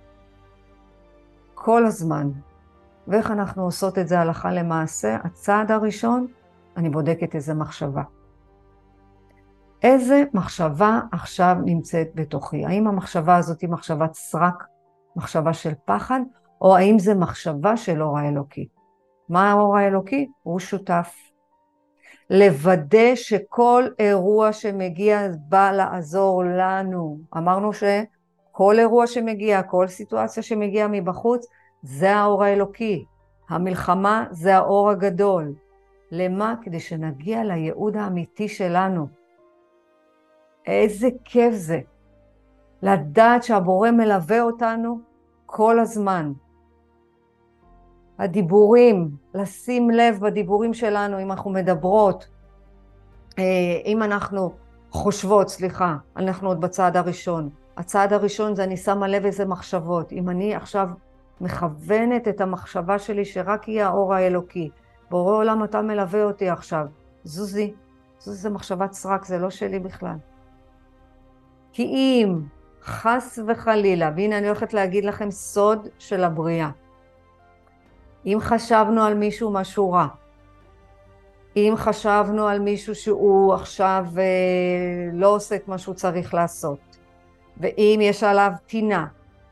כל הזמן. ואיך אנחנו עושות את זה הלכה למעשה? הצעד הראשון, אני בודקת איזה מחשבה. איזה מחשבה עכשיו נמצאת בתוכי? האם המחשבה הזאת היא מחשבת סרק, מחשבה של פחד, או האם זה מחשבה של אור האלוקי? מה האור האלוקי? הוא שותף. לוודא שכל אירוע שמגיע בא לעזור לנו. אמרנו שכל אירוע שמגיע, כל סיטואציה שמגיעה מבחוץ, זה האור האלוקי. המלחמה זה האור הגדול. למה? כדי שנגיע לייעוד האמיתי שלנו. איזה כיף זה. לדעת שהבורא מלווה אותנו כל הזמן. הדיבורים, לשים לב בדיבורים שלנו, אם אנחנו מדברות, אם אנחנו חושבות, סליחה, אנחנו עוד בצעד הראשון. הצעד הראשון זה אני שמה לב איזה מחשבות. אם אני עכשיו מכוונת את המחשבה שלי שרק יהיה האור האלוקי, בורא עולם אתה מלווה אותי עכשיו, זוזי, זוזי זה מחשבת סרק, זה לא שלי בכלל. כי אם חס וחלילה, והנה אני הולכת להגיד לכם סוד של הבריאה, אם חשבנו על מישהו משהו רע, אם חשבנו על מישהו שהוא עכשיו אה, לא עושה את מה שהוא צריך לעשות, ואם יש עליו טינה,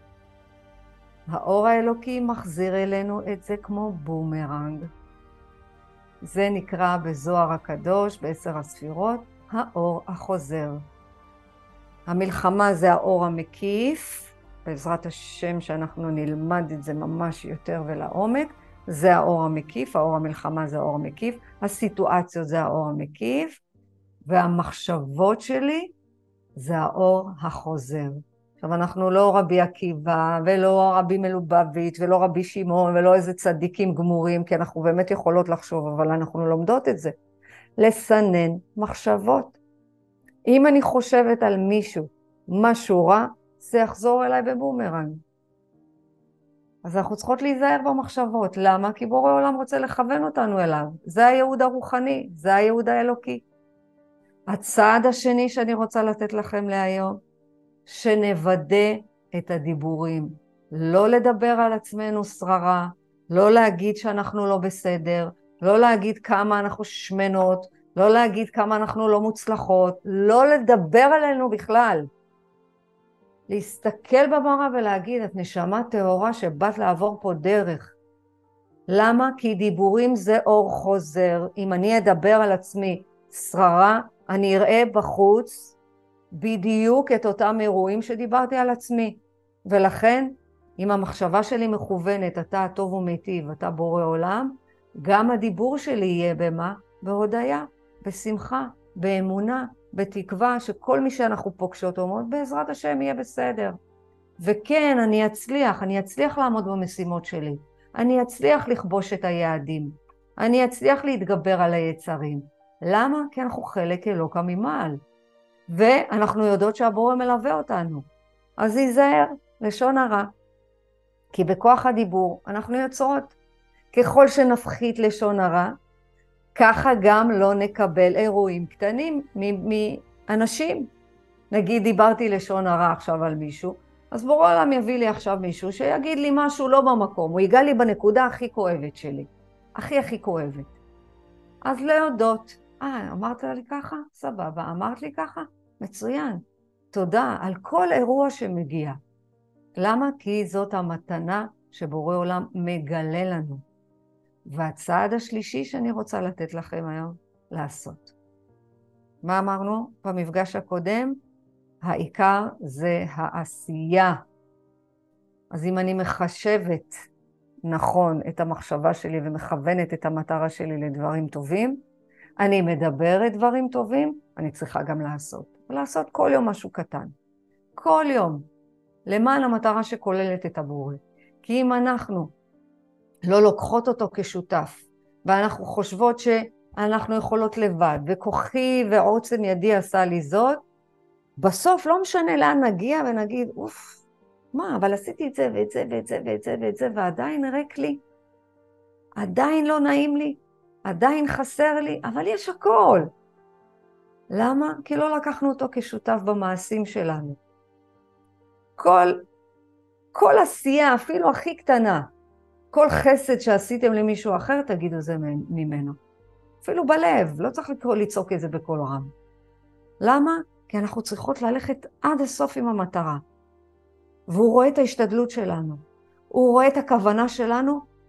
האור האלוקי מחזיר אלינו את זה כמו בומרנג. זה נקרא בזוהר הקדוש, בעשר הספירות, האור החוזר. המלחמה זה האור המקיף, בעזרת השם שאנחנו נלמד את זה ממש יותר ולעומק, זה האור המקיף, האור המלחמה זה האור המקיף, הסיטואציות זה האור המקיף, והמחשבות שלי זה האור החוזר. עכשיו אנחנו לא רבי עקיבא, ולא רבי מלובביץ', ולא רבי שמעון, ולא איזה צדיקים גמורים, כי אנחנו באמת יכולות לחשוב, אבל אנחנו לומדות את זה. לסנן מחשבות. אם אני חושבת על מישהו, משהו רע, זה יחזור אליי בבומרנג. אז אנחנו צריכות להיזהר במחשבות. למה? כי בורא עולם רוצה לכוון אותנו אליו. זה הייעוד הרוחני, זה הייעוד האלוקי. הצעד השני שאני רוצה לתת לכם להיום, שנוודא את הדיבורים. לא לדבר על עצמנו סררה, לא להגיד שאנחנו לא בסדר, לא להגיד כמה אנחנו שמנות, לא להגיד כמה אנחנו לא מוצלחות, לא לדבר עלינו בכלל. להסתכל במראה ולהגיד, את נשמה טהורה שבאת לעבור פה דרך. למה? כי דיבורים זה אור חוזר. אם אני אדבר על עצמי סררה, אני אראה בחוץ בדיוק את אותם אירועים שדיברתי על עצמי. ולכן, אם המחשבה שלי מכוונת, אתה טוב ומיטיב, אתה בורא עולם, גם הדיבור שלי יהיה במה? בהודיה, בשמחה, באמונה, בתקווה שכל מי שאנחנו פוגשות אומרות, בעזרת השם יהיה בסדר. וכן, אני אצליח, אני אצליח לעמוד במשימות שלי. אני אצליח לכבוש את היעדים. אני אצליח להתגבר על היצרים. למה? כי אנחנו חלק אלוקא ממעל. ואנחנו יודעות שהבורא מלווה אותנו. אז ייזהר, לשון הרע. כי בכוח הדיבור אנחנו יוצרות. ככל שנפחית לשון הרע, ככה גם לא נקבל אירועים קטנים מאנשים. נגיד דיברתי לשון הרע עכשיו על מישהו, אז בורא עולם יביא לי עכשיו מישהו שיגיד לי משהו לא במקום, הוא ייגע לי בנקודה הכי כואבת שלי, הכי הכי כואבת. אז להודות, אה, אמרת לי ככה? סבבה, אמרת לי ככה? מצוין. תודה על כל אירוע שמגיע. למה? כי זאת המתנה שבורא עולם מגלה לנו. והצעד השלישי שאני רוצה לתת לכם היום, לעשות. מה אמרנו במפגש הקודם? העיקר זה העשייה. אז אם אני מחשבת נכון את המחשבה שלי ומכוונת את המטרה שלי לדברים טובים, אני מדברת דברים טובים, אני צריכה גם לעשות. לעשות כל יום משהו קטן. כל יום. למען המטרה שכוללת את הבורא. כי אם אנחנו לא לוקחות אותו כשותף, ואנחנו חושבות שאנחנו יכולות לבד, וכוחי ועוצם ידי עשה לי זאת, בסוף לא משנה לאן נגיע ונגיד, אוף, מה, אבל עשיתי את זה ואת זה ואת זה ואת זה ואת זה, ועדיין ריק לי, עדיין לא נעים לי, עדיין חסר לי, אבל יש הכל. למה? כי לא לקחנו אותו כשותף במעשים שלנו. כל, כל עשייה, אפילו הכי קטנה, כל חסד שעשיתם למישהו אחר, תגידו זה ממנו. אפילו בלב, לא צריך לקרוא לצעוק את זה בכל רם. למה? כי אנחנו צריכות ללכת עד הסוף עם המטרה. והוא רואה את ההשתדלות שלנו. הוא רואה את הכוונה שלנו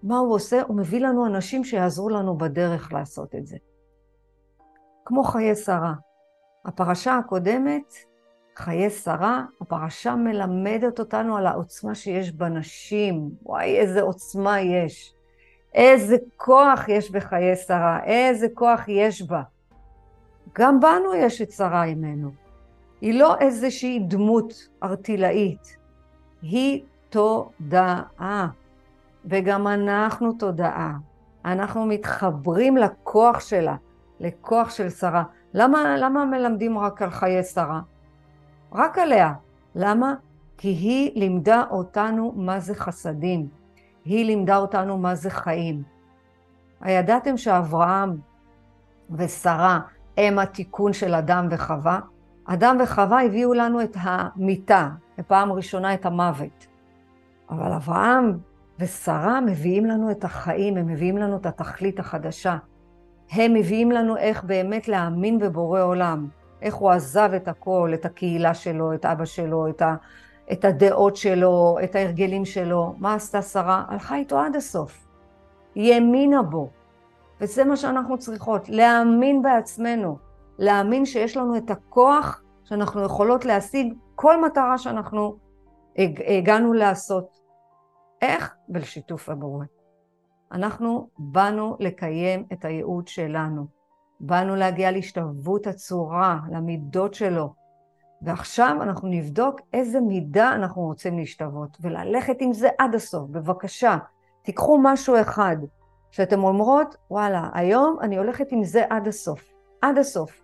מה הוא עושה? הוא מביא לנו אנשים שיעזרו לנו בדרך לעשות את זה. כמו חיי שרה. הפרשה הקודמת, חיי שרה, הפרשה מלמדת אותנו על העוצמה שיש בנשים. וואי, איזה עוצמה יש. איזה כוח יש בחיי שרה, איזה כוח יש בה. גם בנו יש את שרה אימנו. היא לא איזושהי דמות ארטילאית, היא תודעה, וגם אנחנו תודעה. אנחנו מתחברים לכוח שלה, לכוח של שרה. למה, למה מלמדים רק על חיי שרה? רק עליה. למה? כי היא לימדה אותנו מה זה חסדים. היא לימדה אותנו מה זה חיים. הידעתם שאברהם ושרה הם התיקון של אדם וחווה? אדם וחווה הביאו לנו את המיטה, בפעם ראשונה את המוות. אבל אברהם ושרה מביאים לנו את החיים, הם מביאים לנו את התכלית החדשה. הם מביאים לנו איך באמת להאמין בבורא עולם, איך הוא עזב את הכל, את הקהילה שלו, את אבא שלו, את, ה, את הדעות שלו, את ההרגלים שלו. מה עשתה שרה? הלכה איתו עד הסוף. היא האמינה בו. וזה מה שאנחנו צריכות, להאמין בעצמנו, להאמין שיש לנו את הכוח שאנחנו יכולות להשיג כל מטרה שאנחנו הגענו לעשות. איך? בשיתוף הבורא. אנחנו באנו לקיים את הייעוד שלנו, באנו להגיע להשתלבות הצורה, למידות שלו, ועכשיו אנחנו נבדוק איזה מידה אנחנו רוצים להשתוות, וללכת עם זה עד הסוף. בבקשה, תיקחו משהו אחד, שאתם אומרות, וואלה, היום אני הולכת עם זה עד הסוף, עד הסוף.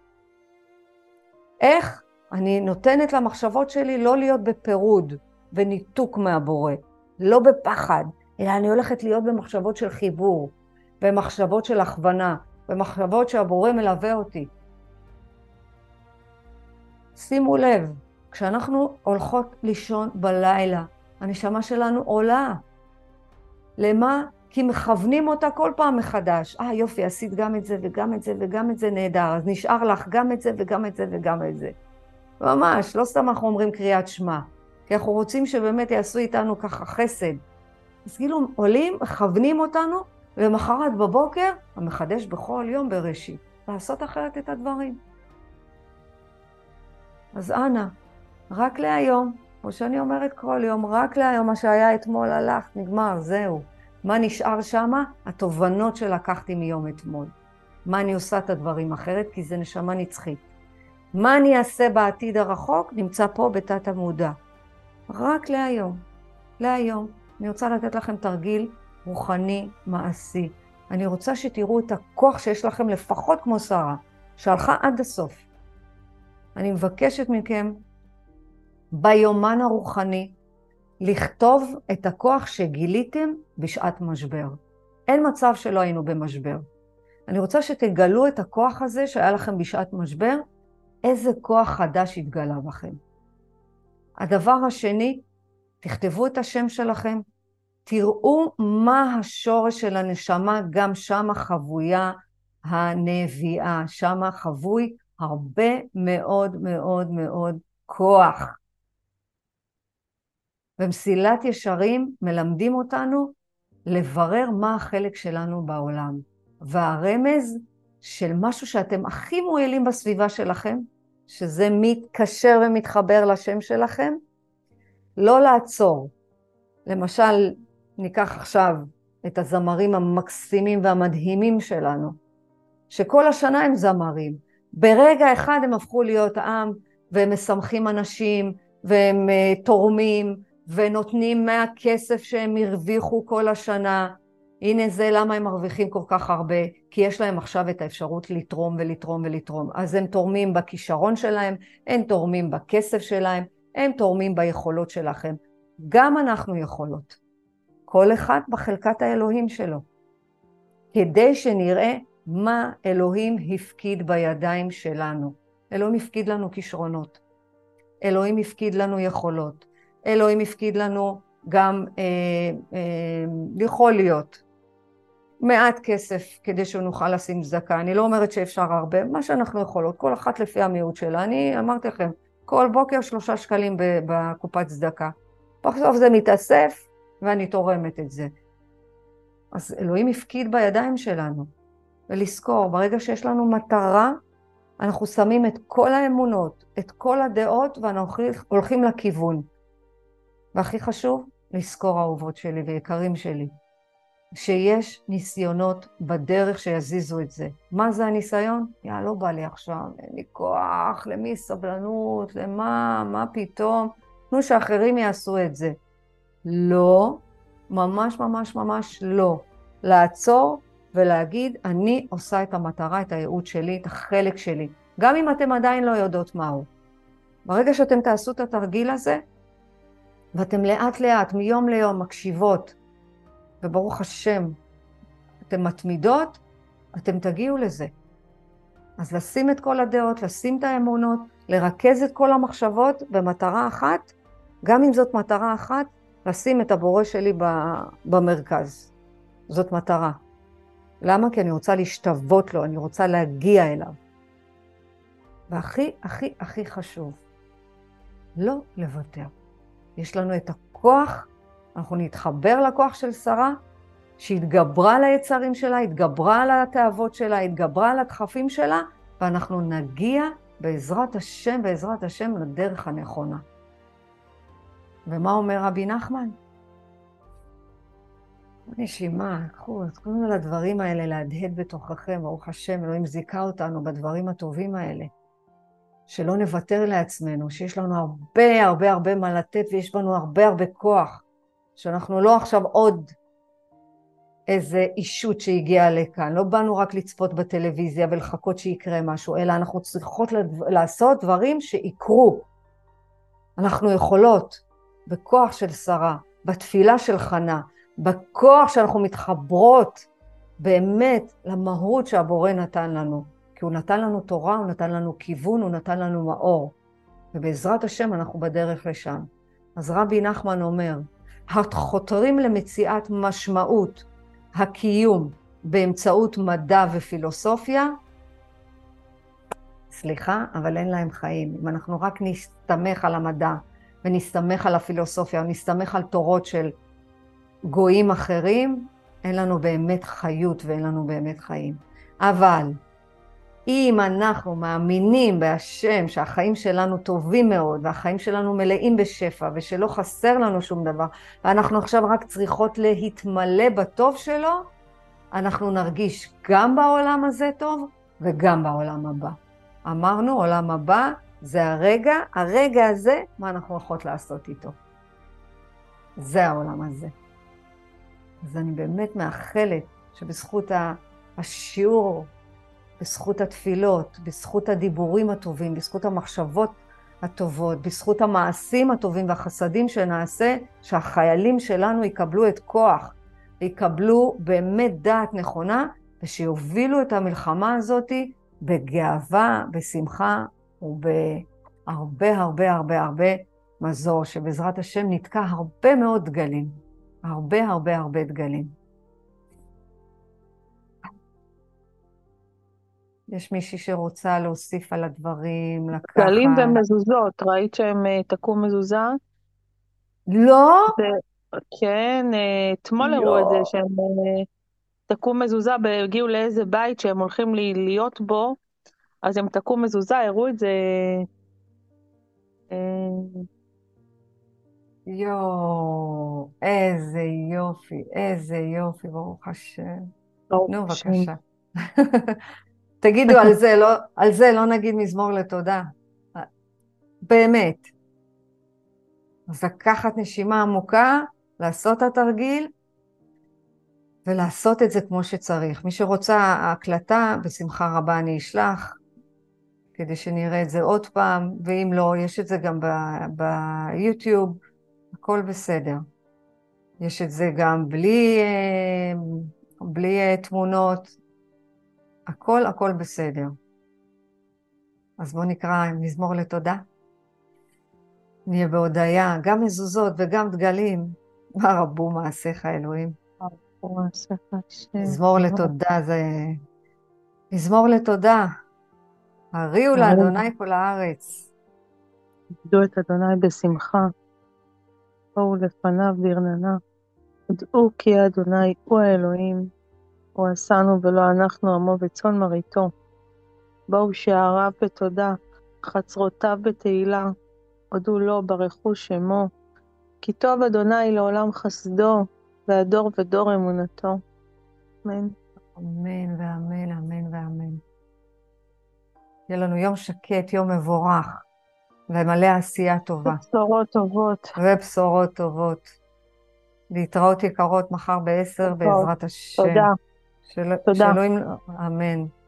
איך? אני נותנת למחשבות שלי לא להיות בפירוד וניתוק מהבורא, לא בפחד, אלא אני הולכת להיות במחשבות של חיבור, במחשבות של הכוונה, במחשבות שהבורא מלווה אותי. שימו לב, כשאנחנו הולכות לישון בלילה, הנשמה שלנו עולה. למה? כי מכוונים אותה כל פעם מחדש. אה, יופי, עשית גם את זה וגם את זה וגם את זה, נהדר. אז נשאר לך גם את זה וגם את זה וגם את זה. ממש, לא סתם אנחנו אומרים קריאת שמע. כי אנחנו רוצים שבאמת יעשו איתנו ככה חסד. אז כאילו עולים, מכוונים אותנו, ומחרת בבוקר, המחדש בכל יום בראשית. לעשות אחרת את הדברים. אז אנא, רק להיום, כמו שאני אומרת כל יום, רק להיום, מה שהיה אתמול הלך, נגמר, זהו. מה נשאר שמה? התובנות שלקחתי מיום אתמול. מה אני עושה את הדברים אחרת? כי זה נשמה נצחית. מה אני אעשה בעתיד הרחוק? נמצא פה בתת המודע. רק להיום. להיום. אני רוצה לתת לכם תרגיל רוחני מעשי. אני רוצה שתראו את הכוח שיש לכם לפחות כמו שרה, שהלכה עד הסוף. אני מבקשת מכם ביומן הרוחני לכתוב את הכוח שגיליתם בשעת משבר. אין מצב שלא היינו במשבר. אני רוצה שתגלו את הכוח הזה שהיה לכם בשעת משבר, איזה כוח חדש התגלה בכם. הדבר השני, תכתבו את השם שלכם, תראו מה השורש של הנשמה, גם שם חבויה הנביאה, שם חבוי הרבה מאוד מאוד מאוד כוח. במסילת ישרים מלמדים אותנו לברר מה החלק שלנו בעולם. והרמז של משהו שאתם הכי מועילים בסביבה שלכם, שזה מתקשר ומתחבר לשם שלכם, לא לעצור. למשל, ניקח עכשיו את הזמרים המקסימים והמדהימים שלנו, שכל השנה הם זמרים. ברגע אחד הם הפכו להיות עם, והם משמחים אנשים, והם uh, תורמים, ונותנים מהכסף שהם הרוויחו כל השנה. הנה זה למה הם מרוויחים כל כך הרבה, כי יש להם עכשיו את האפשרות לתרום ולתרום ולתרום. אז הם תורמים בכישרון שלהם, הם תורמים בכסף שלהם, הם תורמים ביכולות שלכם. גם אנחנו יכולות. כל אחד בחלקת האלוהים שלו. כדי שנראה מה אלוהים הפקיד בידיים שלנו. אלוהים הפקיד לנו כישרונות. אלוהים הפקיד לנו יכולות. אלוהים הפקיד לנו גם אה, אה, יכול להיות מעט כסף כדי שנוכל לשים צדקה. אני לא אומרת שאפשר הרבה, מה שאנחנו יכולות, כל אחת לפי המיעוט שלה. אני אמרתי לכם, כל בוקר שלושה שקלים בקופת צדקה. בסוף זה מתאסף ואני תורמת את זה. אז אלוהים הפקיד בידיים שלנו. ולזכור, ברגע שיש לנו מטרה, אנחנו שמים את כל האמונות, את כל הדעות, ואנחנו הולכים לכיוון. והכי חשוב, לזכור אהובות שלי ויקרים שלי, שיש ניסיונות בדרך שיזיזו את זה. מה זה הניסיון? יא, לא בא לי עכשיו, אין לי כוח, למי סבלנות, למה, מה פתאום? תנו שאחרים יעשו את זה. לא, ממש ממש ממש לא. לעצור ולהגיד, אני עושה את המטרה, את הייעוד שלי, את החלק שלי. גם אם אתם עדיין לא יודעות מהו. ברגע שאתם תעשו את התרגיל הזה, ואתם לאט לאט, מיום ליום, מקשיבות, וברוך השם, אתם מתמידות, אתם תגיעו לזה. אז לשים את כל הדעות, לשים את האמונות, לרכז את כל המחשבות במטרה אחת, גם אם זאת מטרה אחת, לשים את הבורא שלי במרכז. זאת מטרה. למה? כי אני רוצה להשתוות לו, אני רוצה להגיע אליו. והכי, הכי, הכי חשוב, לא לוותר. יש לנו את הכוח, אנחנו נתחבר לכוח של שרה, שהתגברה על היצרים שלה, התגברה על התאוות שלה, התגברה על הדחפים שלה, ואנחנו נגיע בעזרת השם, בעזרת השם, לדרך הנכונה. ומה אומר רבי נחמן? נשימה, קחו, קחו על הדברים האלה להדהד בתוככם, ברוך השם, אלוהים זיכה אותנו בדברים הטובים האלה. שלא נוותר לעצמנו, שיש לנו הרבה הרבה הרבה מה לתת, ויש בנו הרבה הרבה כוח, שאנחנו לא עכשיו עוד איזה אישות שהגיעה לכאן, לא באנו רק לצפות בטלוויזיה ולחכות שיקרה משהו, אלא אנחנו צריכות לעשות דברים שיקרו. אנחנו יכולות, בכוח של שרה, בתפילה של חנה, בכוח שאנחנו מתחברות באמת למהות שהבורא נתן לנו. כי הוא נתן לנו תורה, הוא נתן לנו כיוון, הוא נתן לנו מאור. ובעזרת השם אנחנו בדרך לשם. אז רבי נחמן אומר, החותרים למציאת משמעות הקיום באמצעות מדע ופילוסופיה, סליחה, אבל אין להם חיים. אם אנחנו רק נסתמך על המדע ונסתמך על הפילוסופיה, או נסתמך על תורות של גויים אחרים, אין לנו באמת חיות ואין לנו באמת חיים. אבל אם אנחנו מאמינים בהשם שהחיים שלנו טובים מאוד, והחיים שלנו מלאים בשפע, ושלא חסר לנו שום דבר, ואנחנו עכשיו רק צריכות להתמלא בטוב שלו, אנחנו נרגיש גם בעולם הזה טוב, וגם בעולם הבא. אמרנו, עולם הבא זה הרגע, הרגע הזה, מה אנחנו יכולות לעשות איתו. זה העולם הזה. אז אני באמת מאחלת שבזכות השיעור, בזכות התפילות, בזכות הדיבורים הטובים, בזכות המחשבות הטובות, בזכות המעשים הטובים והחסדים שנעשה, שהחיילים שלנו יקבלו את כוח, יקבלו באמת דעת נכונה, ושיובילו את המלחמה הזאת בגאווה, בשמחה ובהרבה הרבה הרבה הרבה מזור, שבעזרת השם נתקע הרבה מאוד דגלים, הרבה הרבה הרבה דגלים. יש מישהי שרוצה להוסיף על הדברים, לקחת... דגלים ומזוזות, ראית שהם תקעו מזוזה? לא? זה, כן, אתמול הראו את זה, שהם תקעו מזוזה, הגיעו לאיזה בית שהם הולכים להיות בו, אז הם תקעו מזוזה, הראו את זה... יו, איזה יופי, איזה יופי, ברוך השם. נו, בבקשה. תגידו, על זה לא, על זה לא נגיד מזמור לתודה. באמת. אז לקחת נשימה עמוקה, לעשות את התרגיל, ולעשות את זה כמו שצריך. מי שרוצה ההקלטה, בשמחה רבה אני אשלח, כדי שנראה את זה עוד פעם, ואם לא, יש את זה גם ביוטיוב, הכל בסדר. יש את זה גם בלי, בלי תמונות, הכל, הכל בסדר. אז בואו נקרא מזמור לתודה. נהיה בהודיה, גם מזוזות וגם דגלים. מה רבו מעשיך אלוהים. מזמור לתודה זה... מזמור לתודה. הריעו לאדוני כל הארץ. עבדו את אדוני בשמחה. בואו לפניו ברננה. דעו כי אדוני הוא האלוהים, הוא עשנו ולא אנחנו עמו וצאן מרעיתו. בואו שעריו בתודה, חצרותיו בתהילה, הודו לו ברכו שמו. כי טוב אדוני לעולם חסדו, והדור ודור אמונתו. אמן. אמן ואמן, אמן ואמן. יהיה לנו יום שקט, יום מבורך, ומלא עשייה טובה. בשורות טובות. ובשורות טובות. להתראות יקרות מחר בעשר, בעזרת השם. תודה. של... תודה. שאלוהים, אמן.